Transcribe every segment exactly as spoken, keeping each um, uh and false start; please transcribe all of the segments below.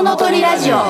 コウノトリラジオ。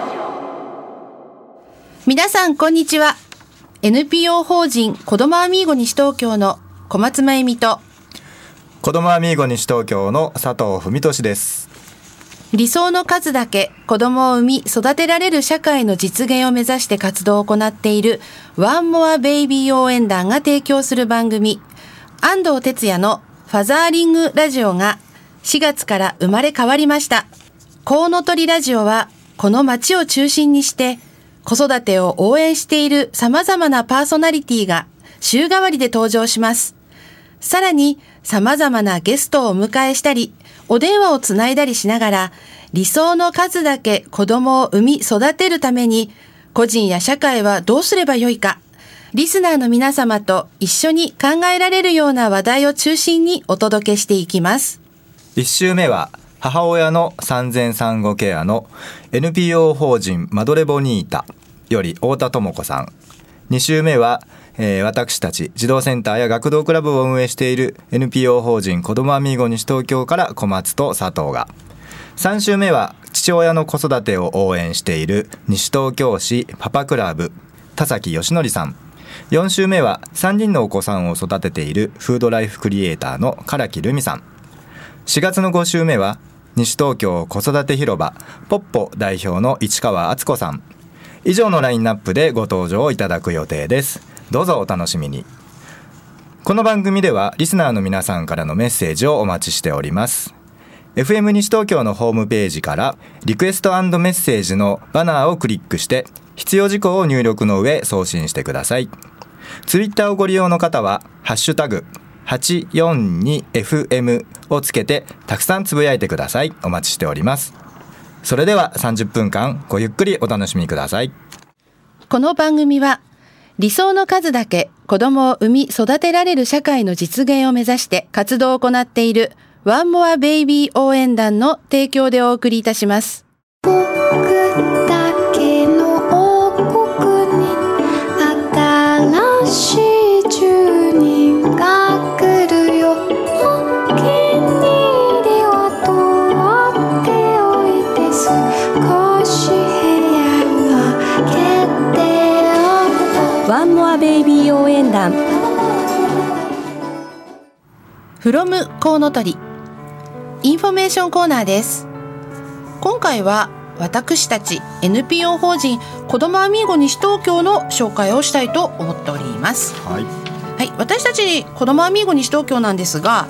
皆さんこんにちは。 エヌピーオー 法人子どもアミーゴ西東京の小松真由美と子どもアミーゴ西東京の佐藤文俊です。 理想の数だけ子どもを産み育てられる社会の実現を目指して活動を行っているワンモアベイビー応援団が提供する番組、安藤哲也のファザーリングラジオがしがつから生まれ変わりました。コウノトリラジオはこの街を中心にして子育てを応援している様々なパーソナリティが週替わりで登場します。さらに様々なゲストをお迎えしたり、お電話をつないだりしながら、理想の数だけ子供を産み育てるために、個人や社会はどうすればよいか、リスナーの皆様と一緒に考えられるような話題を中心にお届けしていきます。 いち週目は母親の産前産後ケアの エヌピーオー 法人マドレボニータより太田智子さん。に週目はえー、私たち児童センターや学童クラブを運営している エヌピーオー 法人子どもアミーゴ西東京から小松と佐藤が、さん週目は父親の子育てを応援している西東京市パパクラブ田崎義則さん。よん週目はさんにんのお子さんを育てているフードライフクリエイターの唐木留美さん。しがつのご週目は西東京子育て広場ポッポ代表の市川敦子さん。以上のラインナップでご登場いただく予定です。どうぞお楽しみに。この番組ではリスナーの皆さんからのメッセージをお待ちしております。 エフエム 西東京のホームページからリクエスト&メッセージのバナーをクリックして必要事項を入力の上送信してください。ツイッターをご利用の方はハッシュタグ はちよんにエフエム をつけてたくさんつぶやいてください。お待ちしております。それではさんじゅっぷんかんごゆっくりお楽しみください。 この番組は理想の数だけ子供を産み育てられる社会の実現を目指して活動を行っているワンモアベイビー応援団の提供でお送りいたします。 僕だけの王国に新しい住人が来るよ。お気に入りは取っておいて少し部屋は決定。ワンモアベイビー応援団 from コウノトリインフォメーションコーナーです。今回は私たち エヌピーオー 法人子どもアミーゴ西東京の紹介をしたいと思っております。 はい、 はい、私たち子どもアミーゴ西東京なんですが、はい、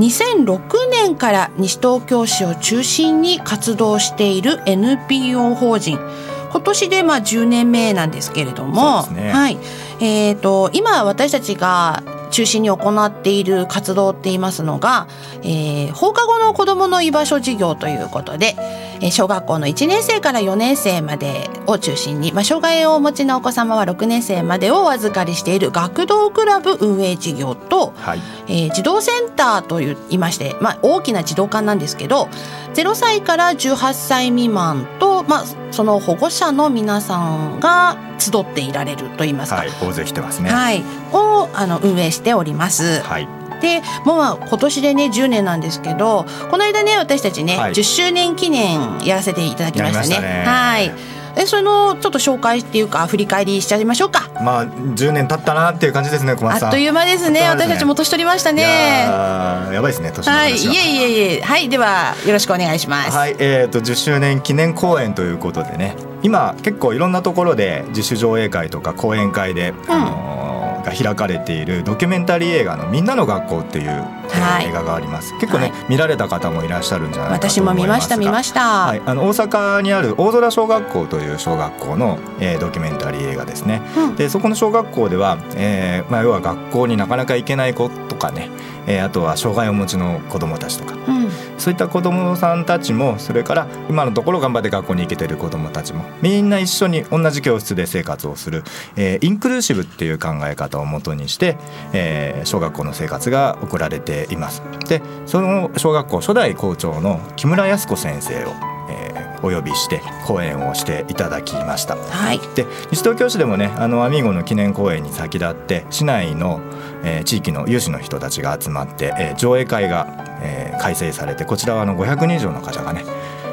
にせんろくねんから西東京市を中心に活動している エヌピーオー 法人、今年でまあじゅうねんめなんですけれども、 そうですね。 はい、えーと、今私たちが中心に行っている活動って言いますのが、えー、放課後の子どもの居場所事業ということで、えー、小学校のいちねん生からよねん生までを中心に、まあ、障害をお持ちのお子様はろくねん生までをお預かりしている学童クラブ運営事業と、はい、えー、児童センターと言いまして、まあ、大きな児童館なんですけど、ゼロさいからじゅうはっさい未満と、まあ、その保護者の皆さんが集っていられるといいますか、 はい、大勢来てますね、 はい、をあの運営しております。はい、でもうまあ今年でねじゅうねんなんですけど、この間ね私たちね、はい、じゅっしゅうねん記念やらせていただきましたね。やりましたね。はい、でそのちょっと紹介っていうか振り返りしちゃいましょうか。 まあじゅうねん経ったなっていう感じですね。小松さん、 あっという間ですね。私たちも年取りましたね。 や, やばいですね、年の話は。はい、いえいえいえ。はい、ではよろしくお願いします。 はい、えーとじゅっしゅうねん記念公演ということでね、今結構いろんなところで自主上映会とか講演会で、うん、あのー、が開かれているドキュメンタリー映画のみんなの学校っていう、はい、映画があります。結構ね、はい、見られた方もいらっしゃるんじゃないかと思いますが、 私も見ました見ました、 はい、あの大阪にある大空小学校という小学校の、えー、ドキュメンタリー映画ですね、うん、でそこの小学校では、えーまあ、要は学校になかなか行けない子とかね、えー、あとは障害をお持ちの子どもたちとか、うん、そういった子どもさんたちも、それから今のところ頑張って学校に行けてる子どもたちもみんな一緒に同じ教室で生活をする、えー、インクルーシブっていう考え方をもとにして、えー、小学校の生活が送られています。でその小学校初代校長の木村康子先生を、えー、お呼びして講演をしていただきました。はい、で西東京市でもね、あのアミーゴの記念公演に先立って市内の、えー、地域の有志の人たちが集まって、えー、上映会が、えー、開催されて、こちらはあのごひゃくにん以上の方がね、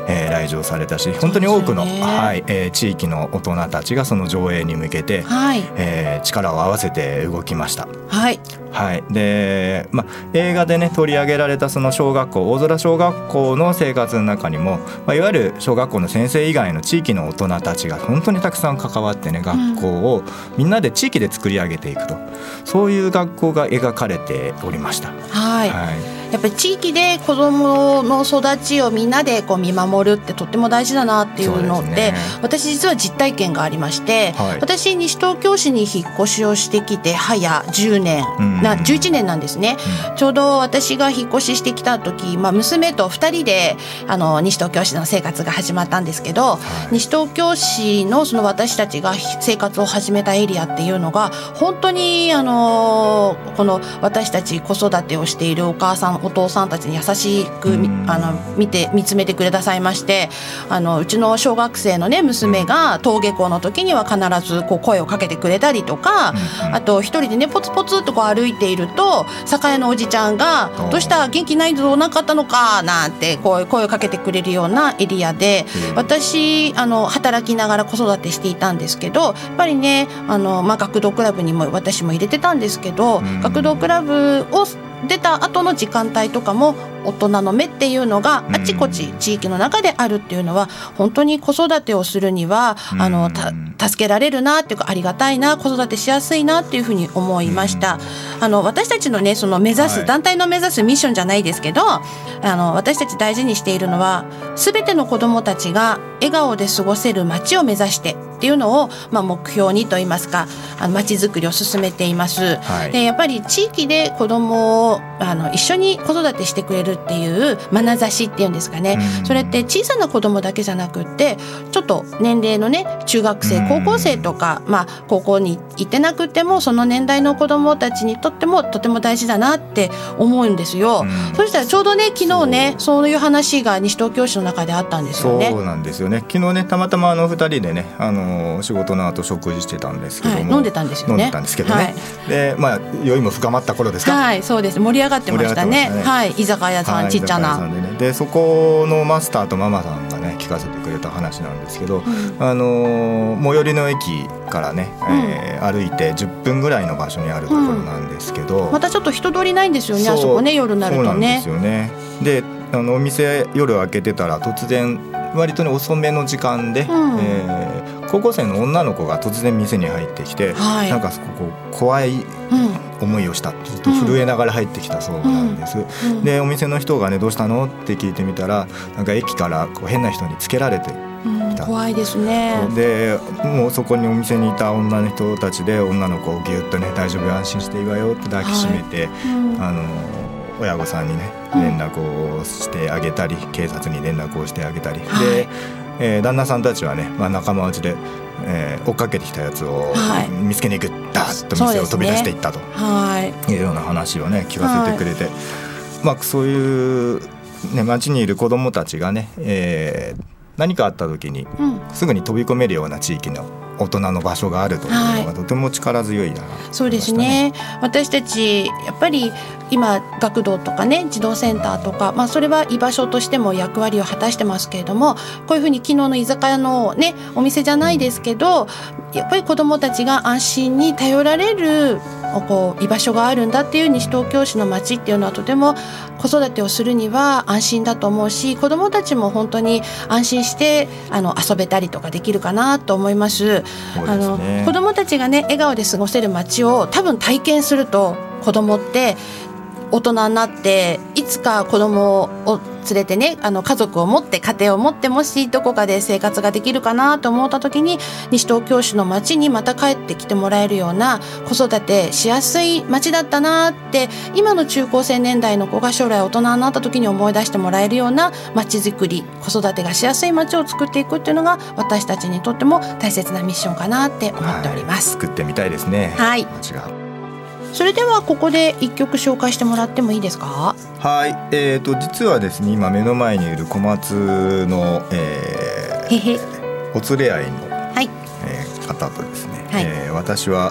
えー、来場されたし、本当に多くの、 ね、 はいえー、地域の大人たちがその上映に向けて、はいえー、力を合わせて動きました。 はいはいでま、映画で、ね、取り上げられたその小学校、大空小学校の生活の中にも、まあ、いわゆる小学校の先生以外の地域の大人たちが本当にたくさん関わってね、学校をみんなで地域で作り上げていくと、うん、そういう学校が描かれておりました。 はい、はいやっぱり地域で子どもの育ちをみんなでこう見守るってとっても大事だなっていうので、ね、私実は実体験がありまして、はい、私西東京市に引っ越しをしてきて早じゅうねん、うん、なじゅういちねんなんですね、うん、ちょうど私が引っ越ししてきた時、まあ、娘とふたりであの西東京市の生活が始まったんですけど、はい、西東京市 の, その私たちが生活を始めたエリアっていうのが本当にあのこの私たち子育てをしているお母さんお父さんたちに優しくあの見て見つめてくださいまして、あのうちの小学生の、ね、娘が登下校の時には必ずこう声をかけてくれたりとか、あと一人でねポツポツとこう歩いていると酒屋のおじちゃんがどうした元気ないぞなかったのかなんてこう声をかけてくれるようなエリアで、私あの働きながら子育てしていたんですけど、やっぱりねあの、まあ、学童クラブにも私も入れてたんですけど、学童クラブを出た後の時間帯とかも大人の目っていうのがあちこち地域の中であるっていうのは本当に子育てをするにはあのた助けられるなっていうかありがたいな、子育てしやすいなっていうふうに思いました。あの私たちのねその目指す、はい、団体の目指すミッションじゃないですけど、あの私たち大事にしているのは全ての子どもたちが笑顔で過ごせる街を目指してっていうのを、まあ、目標にといいますかあの街づくりを進めています、はい、でやっぱり地域で子どもをあの一緒に子育てしてくれるっていう眼差しっていうんですかね、それって小さな子どもだけじゃなくってちょっと年齢のね中学生高校生とか、まあ、高校に行ってなくてもその年代の子どもたちにとってもとても大事だなって思うんですよ。そしたらちょうどね昨日ねそういう話が西東京市の中であったんですよね。 そうなんですよね。昨日ねたまたまあのふたりでねあの仕事の後食事してたんですけども、 はい、飲んでたんですよね。 飲んでたんですけどね、はい、でまあ酔いも深まった頃ですか。 はいそうです、盛り上がってました ね, したね、はい、居酒屋さん、はい、ちっちゃなで、ね、でそこのマスターとママさんがね聞かせてくれた話なんですけど、うん、あの最寄りの駅からね、うんえー、歩いてじゅっぷんぐらいの場所にあるところなんですけど、 うん、またちょっと人通りないんですよね、あそこね夜になるとね。 そうなんですよね。であのお店夜開けてたら突然割とね遅めの時間で、うんえー、高校生の女の子が突然店に入ってきて、はい、なんかここ怖い思いをしたちょっと震えながら入ってきたそうなんです、うんうん、でお店の人がねどうしたのって聞いてみたらなんか駅からこう変な人につけられてうん、怖いですね。 でもうそこにお店にいた女の人たちで女の子をギュッとね大丈夫安心していいわよって抱きしめて、はいうん、あの親御さんにね連絡をしてあげたり、うん、警察に連絡をしてあげたり、はい、で、えー、旦那さんたちはね、まあ、仲間内で、えー、追っかけてきたやつを見つけに行く、はい、ダーッと店を飛び出していったと、はい、いうような話をね聞かせてくれて、はいまあ、そういう、ね、街にいる子どもたちがね、えー何かあった時にすぐに飛び込めるような地域の大人の場所があるというのがとても力強いな、ねはい、 そうですね。私たちやっぱり今学童とかね児童センターとか、まあ、それは居場所としても役割を果たしてますけれども、こういうふうに昨日の居酒屋の、ね、お店じゃないですけど、うん、やっぱり子どもたちが安心に頼られるこう居場所があるんだっていう西東京市の街っていうのはとても子育てをするには安心だと思うし、子どもたちも本当に安心してあの遊べたりとかできるかなと思います。あの子どもたちがね笑顔で過ごせる街を多分体験すると子どもって大人になっていつか子どもを連れてねあの家族を持って家庭を持ってもしどこかで生活ができるかなと思った時に西東京市の街にまた帰ってきてもらえるような子育てしやすい街だったなって今の中高生年代の子が将来大人になった時に思い出してもらえるような街づくり子育てがしやすい街を作っていくっていうのが私たちにとっても大切なミッションかなって思っております、 はい、作ってみたいですね。 はい、 街がそれではここで一曲紹介してもらってもいいですか。 はい、えー、と実はですね今目の前にいる小松の、えー、 へへお連れ合いの、 はいえー、方とですね、 はいえー、私は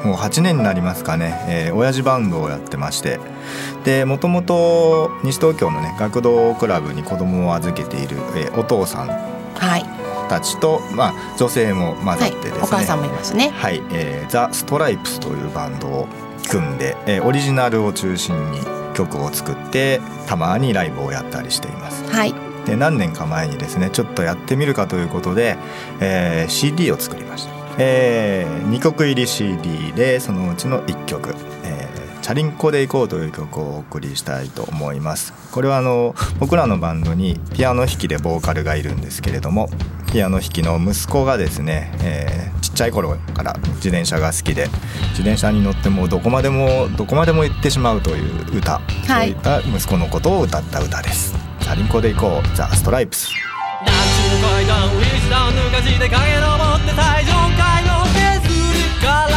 もうはちねんになりますかね、えー、親父バンドをやってまして、でもともと西東京のね学童クラブに子供を預けている、えー、お父さんたちと、はい、まあ、女性も混ざってですね、はい、 お母さんもいますね、 はい、えー、ザ・ストライプスというバンドを組んで、えー、オリジナルを中心に曲を作ってたまにライブをやったりしています、 はい、 で何年か前にですねちょっとやってみるかということで、えー、シーディー を作りました、えー、にきょく入り シーディー でそのうちのいっきょく、えー、チャリンコで行こうという曲をお送りしたいと思います。これはあの僕らのバンドにピアノ弾きでボーカルがいるんですけれども、ピアノ弾きの息子がですね、えー、ちっちゃい頃から自転車が好きで自転車に乗ってもどこまでもどこまでも行ってしまうという歌、はい、そういった息子のことを歌った歌です。チャリンコで行こう、ザ・ストライプス。 団地の階段ウィズダウン抜かしで駆け上って最上階の削りから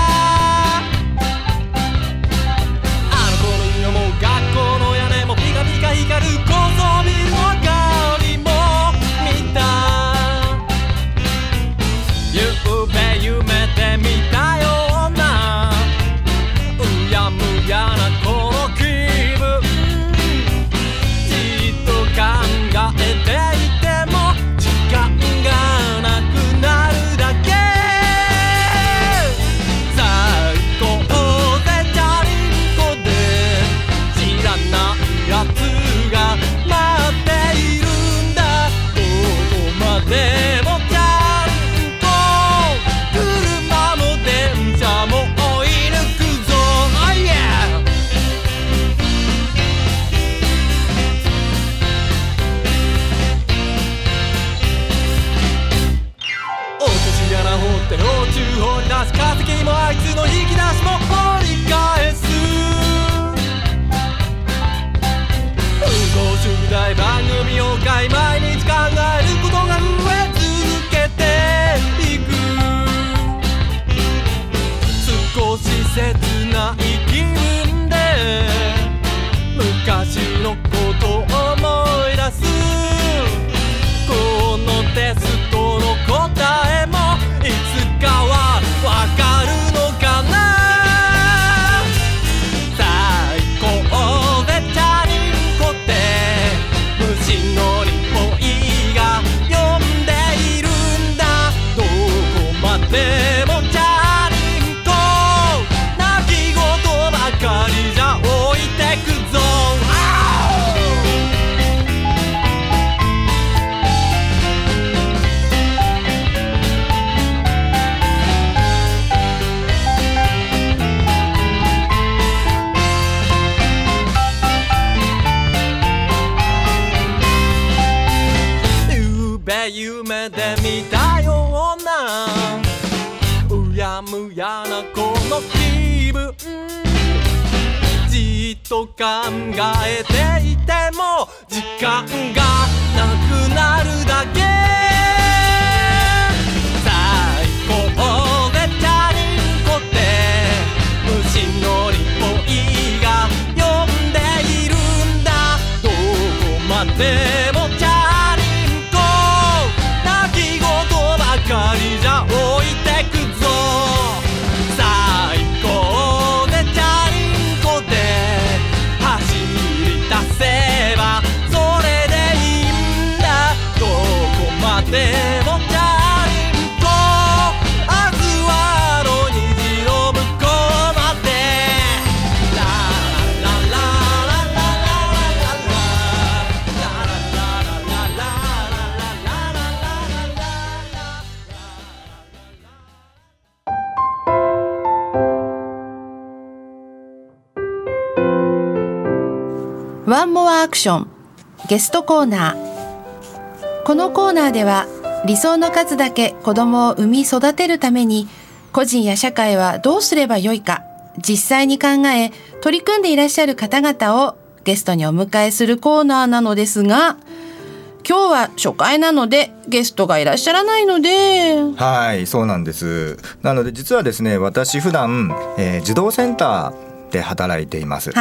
あの頃に思う学校の屋根もピカピカ光る高層ビルの明かりも見た。ゆうべ夢で見たようなうやむやなこの気分、じっと考えていても時間がなくなるだけ。最高でチャリンコで知らないやつが待っているんだ。どこまでもチャリンコ、車も電車も追い抜くぞ、oh yeah!穴掘って路中掘り出し化石もあいつの引き出しも掘り返す。運行宿題番組を買い毎日考えることが増え続けていく。少し切ない気分で昔のことを思い出す。このテストの答えもいつかはわかるのかな。最高でチャリンコって虫のにおいが呼んでいるんだ。どこまでもチャリンコ、泣き言ばかりじゃ置いてくぞ。夢で見たようなうやむやなこの気分、じっと考えていても時間がなくなるだけ。最高でチャリンコって虫のにおいが呼んでいるんだ。どこまでもチャリンコ、ばかりじゃ置いてくぞ。最高でチャリンコで走り出せばそれでいいんだ。どこまでもチャリンコ、明日はあの虹の向こうまで。ラララララララララララララララララララ。 ワンモアアクションゲストコーナー。このコーナーでは理想の数だけ子供を産み育てるために個人や社会はどうすればよいか実際に考え取り組んでいらっしゃる方々をゲストにお迎えするコーナーなのですが、今日は初回なのでゲストがいらっしゃらないので。 はい、そうなんです。なので実はですね、私普段、えー、児童センターで働いています。 はい。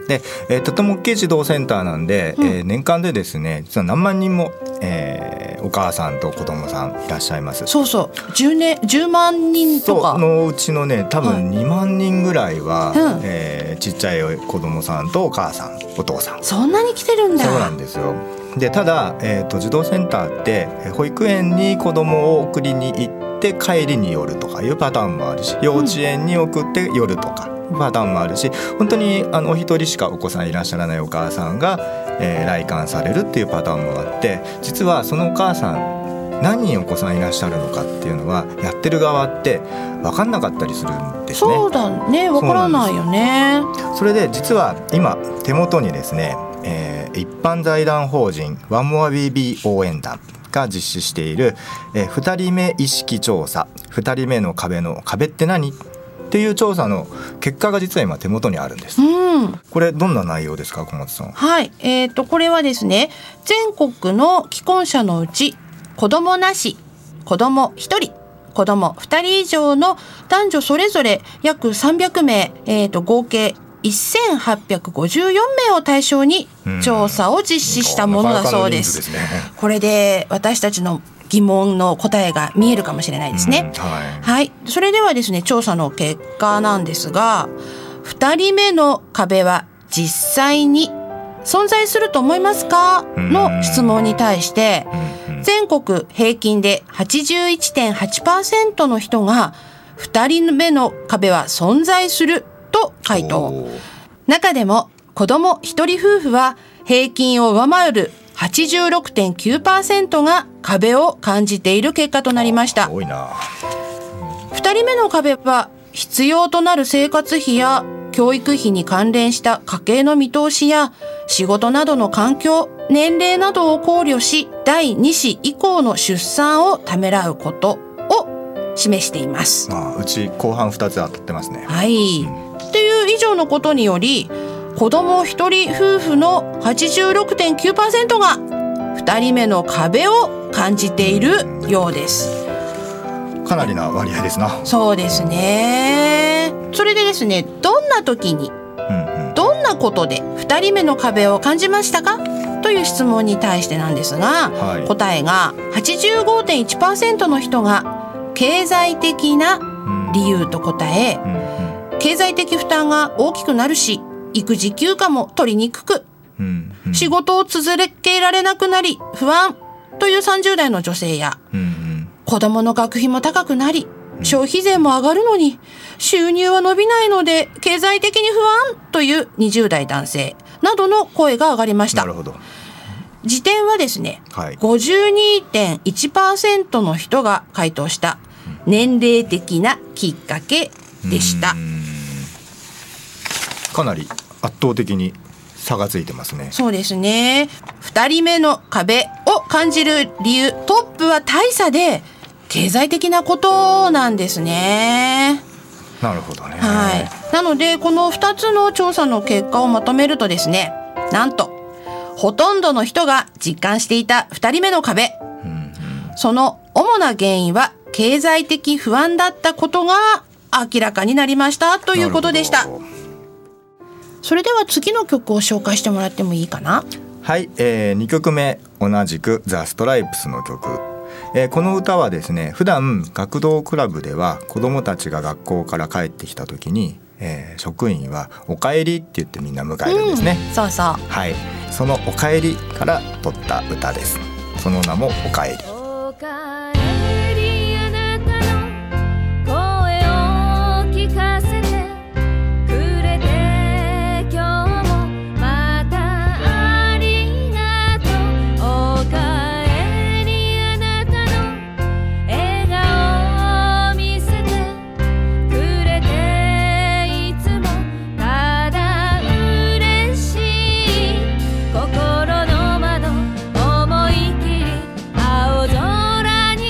で、えー、とても大きい児童センターなんで、 うんえー年間でですね実は何万人も、えーお母さんと子供さんいらっしゃいます。 そうそうじゅうねんじゅうまんにんとかそのうちのね多はい分にまんにんぐらいは、 うんえーちっちゃい子供さんとお母さんお父さんそんなに来てるんだ。 そうなんですよ。でただ、えー、と児童センターってえー保育園に子供を送りに行って帰りに寄るとかいうパターンもあるし、幼稚園に送って寄るとかパターンもあるし、本当にあのお一人しかお子さんいらっしゃらないお母さんが、えー来館されるっていうパターンもあって、実はそのお母さん何人お子さんいらっしゃるのかっていうのはやってる側って分かんなかったりするんですね。 そうだねわからないよね。 それで実は今手元にですね、えー一般財団法人ワンモアベイビー応援団が実施している、えー、ふたりめ意識調査ふたりめの壁の壁って何っていう調査の結果が実は今手元にあるんです。 うんこれどんな内容ですか小松さん。 はいえー、とこれはですね全国の既婚者のうち子供なし子供ひとり子供ふたり以上の男女それぞれ約さんびゃくめい、えー、と合計せんはっぴゃくごじゅうよんめいを対象に調査を実施したものだそうです。 なかなかの人数ですね。 これで私たちの疑問の答えが見えるかもしれないですね。 うんはいはい、それではですね調査の結果なんですが、ふたりめの壁は実際に存在すると思いますかの質問に対してうんうん全国平均で はちじゅういってんはちパーセント の人がふたりめの壁は存在すると回答。 おー中でも子供一人夫婦は平均を上回る はちじゅうろくてんきゅうパーセント が壁を感じている結果となりました。 多いな。 ふたりめの壁は必要となる生活費や教育費に関連した家計の見通しや仕事などの環境、年齢などを考慮しだいに子以降の出産をためらうことを示しています。 まあ、うち後半ふたつ当たってますね。 はい。っていう以上のことにより子供一人夫婦の はちじゅうろくてんきゅうパーセント がふたりめの壁を感じているようです。 かなりな割合ですな。 そうですね。それでですねどんな時にうんうんどんなことでふたりめの壁を感じましたかという質問に対してなんですが、 はい答えが はちじゅうごてんいちパーセント の人が経済的な理由と答え、 うんうん経済的負担が大きくなるし育児休暇も取りにくく、 うんうん仕事を続けられなくなり不安というさんじゅうだいの女性や、 うんうん子供の学費も高くなり消費税も上がるのに収入は伸びないので経済的に不安というにじゅうだい男性などの声が上がりましたなる。ほど。 時点はですね、 はいごじゅうにてんいちパーセント の人が回答した年齢的なきっかけでしたう。んかなり圧倒的に差がついてますね。 そうですね。ふたりめの壁を感じる理由トップは大差で経済的なことなんですね。 なるほどね。 はい。なのでこのふたつの調査の結果をまとめるとですね、なんとほとんどの人が実感していたふたりめの壁、 うんうんその主な原因は経済的不安だったことが明らかになりましたということでしたなるほど。 それでは次の曲を紹介してもらってもいいかな。 はい、えー、にきょくめ同じくザ・ストライプスの曲、えーこの歌はですね普段学童クラブでは子どもたちが学校から帰ってきた時に、えー職員はおかえりって言ってみんな迎えるんですね、 うん、そうそう。 はい、そのおかえりから取った歌です。その名もおかえり。 おかえりあなたの声を聞かせてくれて今日もまたありがとう。おかえりあなたの笑顔を見せてくれていつもただ嬉しい心の窓思い切り青空に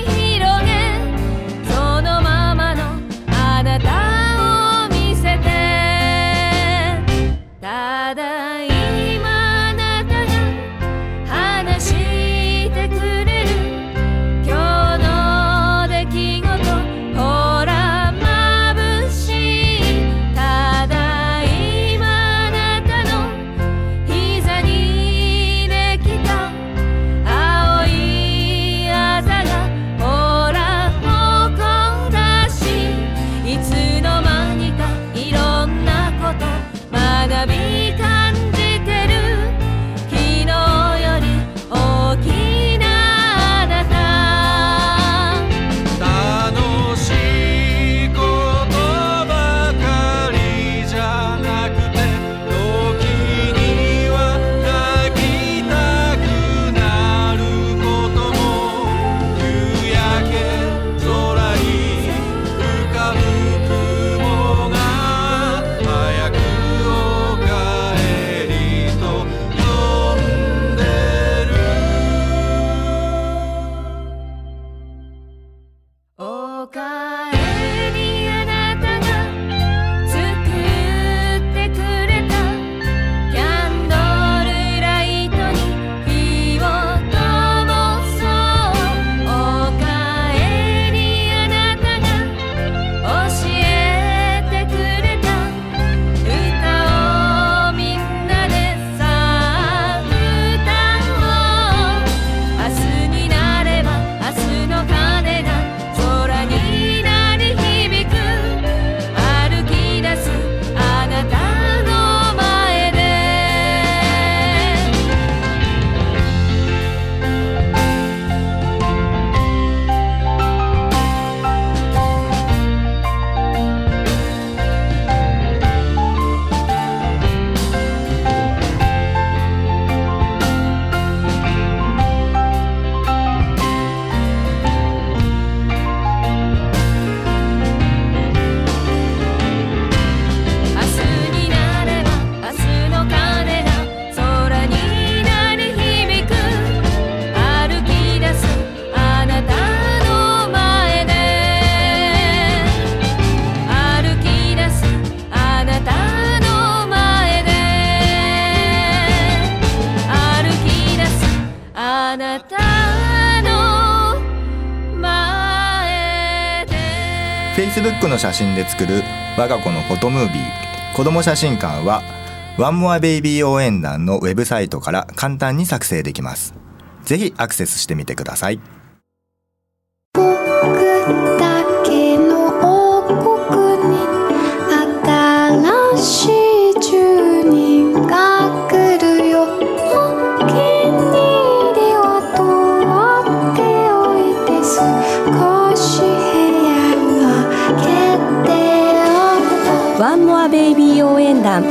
Facebook の写真で作る我が子のフォトムービー子ども写真館はワンモアベイビー応援団のウェブサイトから簡単に作成できます。ぜひアクセスしてみてください。 僕だけの王国に新しい住人が来るよ。お気に入りは取っておいて少し部屋は決定を。 ワンモアベイビー応援団。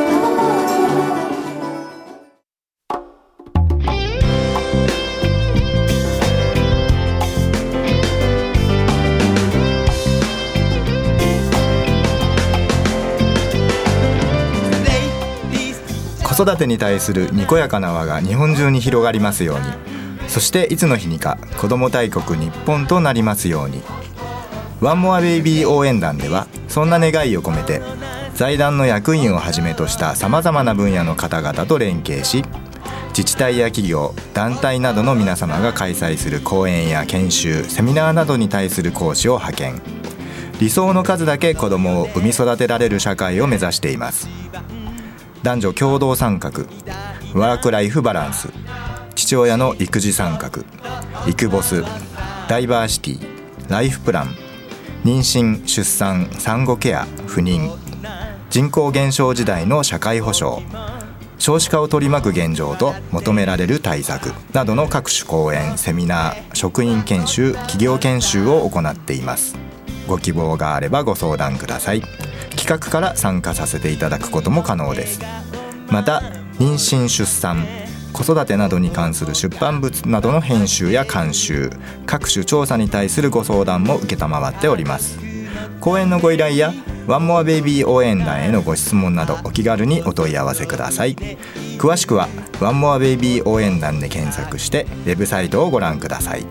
子育てに対するにこやかな輪が日本中に広がりますように。そしていつの日にか子ども大国日本となりますように。ワンモアベイビー応援団ではそんな願いを込めて財団の役員をはじめとしたさまざまな分野の方々と連携し、自治体や企業、団体などの皆様が開催する講演や研修、セミナーなどに対する講師を派遣。理想の数だけ子どもを産み育てられる社会を目指しています。男女共同参画、ワークライフバランス、父親の育児参画、育ボス、ダイバーシティ、ライフプラン、妊娠・出産・産後ケア・不妊、人口減少時代の社会保障、少子化を取り巻く現状と求められる対策などの各種講演、セミナー、職員研修、企業研修を行っています。ご希望があればご相談ください。企画から参加させていただくことも可能です。また妊娠・出産、子育てなどに関する出版物などの編集や監修、各種調査に対するご相談も承っております。講演のご依頼やワンモアベイビー応援団へのご質問などお気軽にお問い合わせください。詳しくはワンモアベイビー応援団で検索してウェブサイトをご覧ください。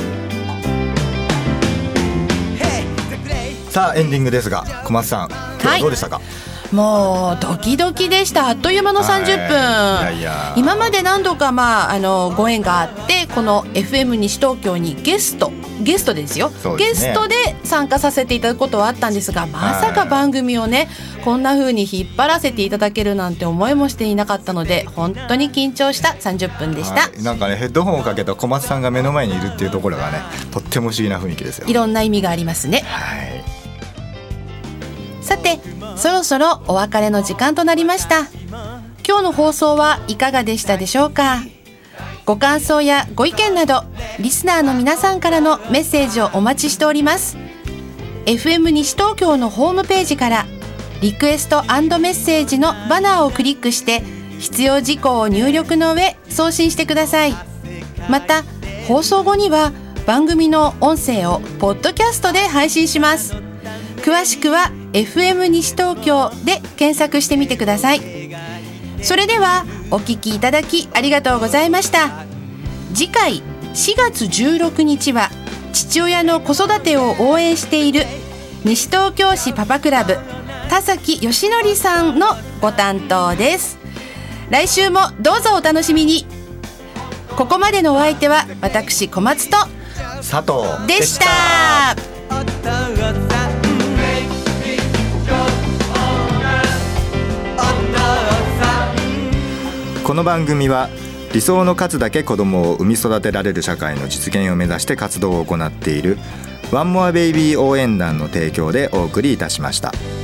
さあエンディングですが、小松さん今日はどうでしたか？はい、 もうドキドキでした。あっという間のさんじゅっぷん、はい、いやいや今まで何度か、まあ、あのご縁があってこの エフエム 西東京にゲストゲストですよです、ね、ゲストで参加させていただくことはあったんですが、まさか番組をねこんな風に引っ張らせていただけるなんて思いもしていなかったので、本当に緊張したさんじゅっぷんでした。 なんかねヘッドホンをかけた小松さんが目の前にいるっていうところがねとっても不思議な雰囲気ですよ。 いろんな意味がありますね。 はい、 さてそろそろお別れの時間となりました。今日の放送はいかがでしたでしょうか？ご感想やご意見などリスナーの皆さんからのメッセージをお待ちしております。 エフエム 西東京のホームページからリクエスト&メッセージのバナーをクリックして必要事項を入力の上送信してください。また放送後には番組の音声をポッドキャストで配信します。詳しくは エフエム 西東京で検索してみてください。それではお聞きいただきありがとうございました。次回しがつじゅうろくにちは父親の子育てを応援している西東京市パパクラブ田崎義則さんのご担当です。来週もどうぞお楽しみに。ここまでのお相手は私小松と佐藤でした。 この番組は理想の数だけ子どもを産み育てられる社会の実現を目指して活動を行っているワンモアベイビー応援団の提供でお送りいたしました。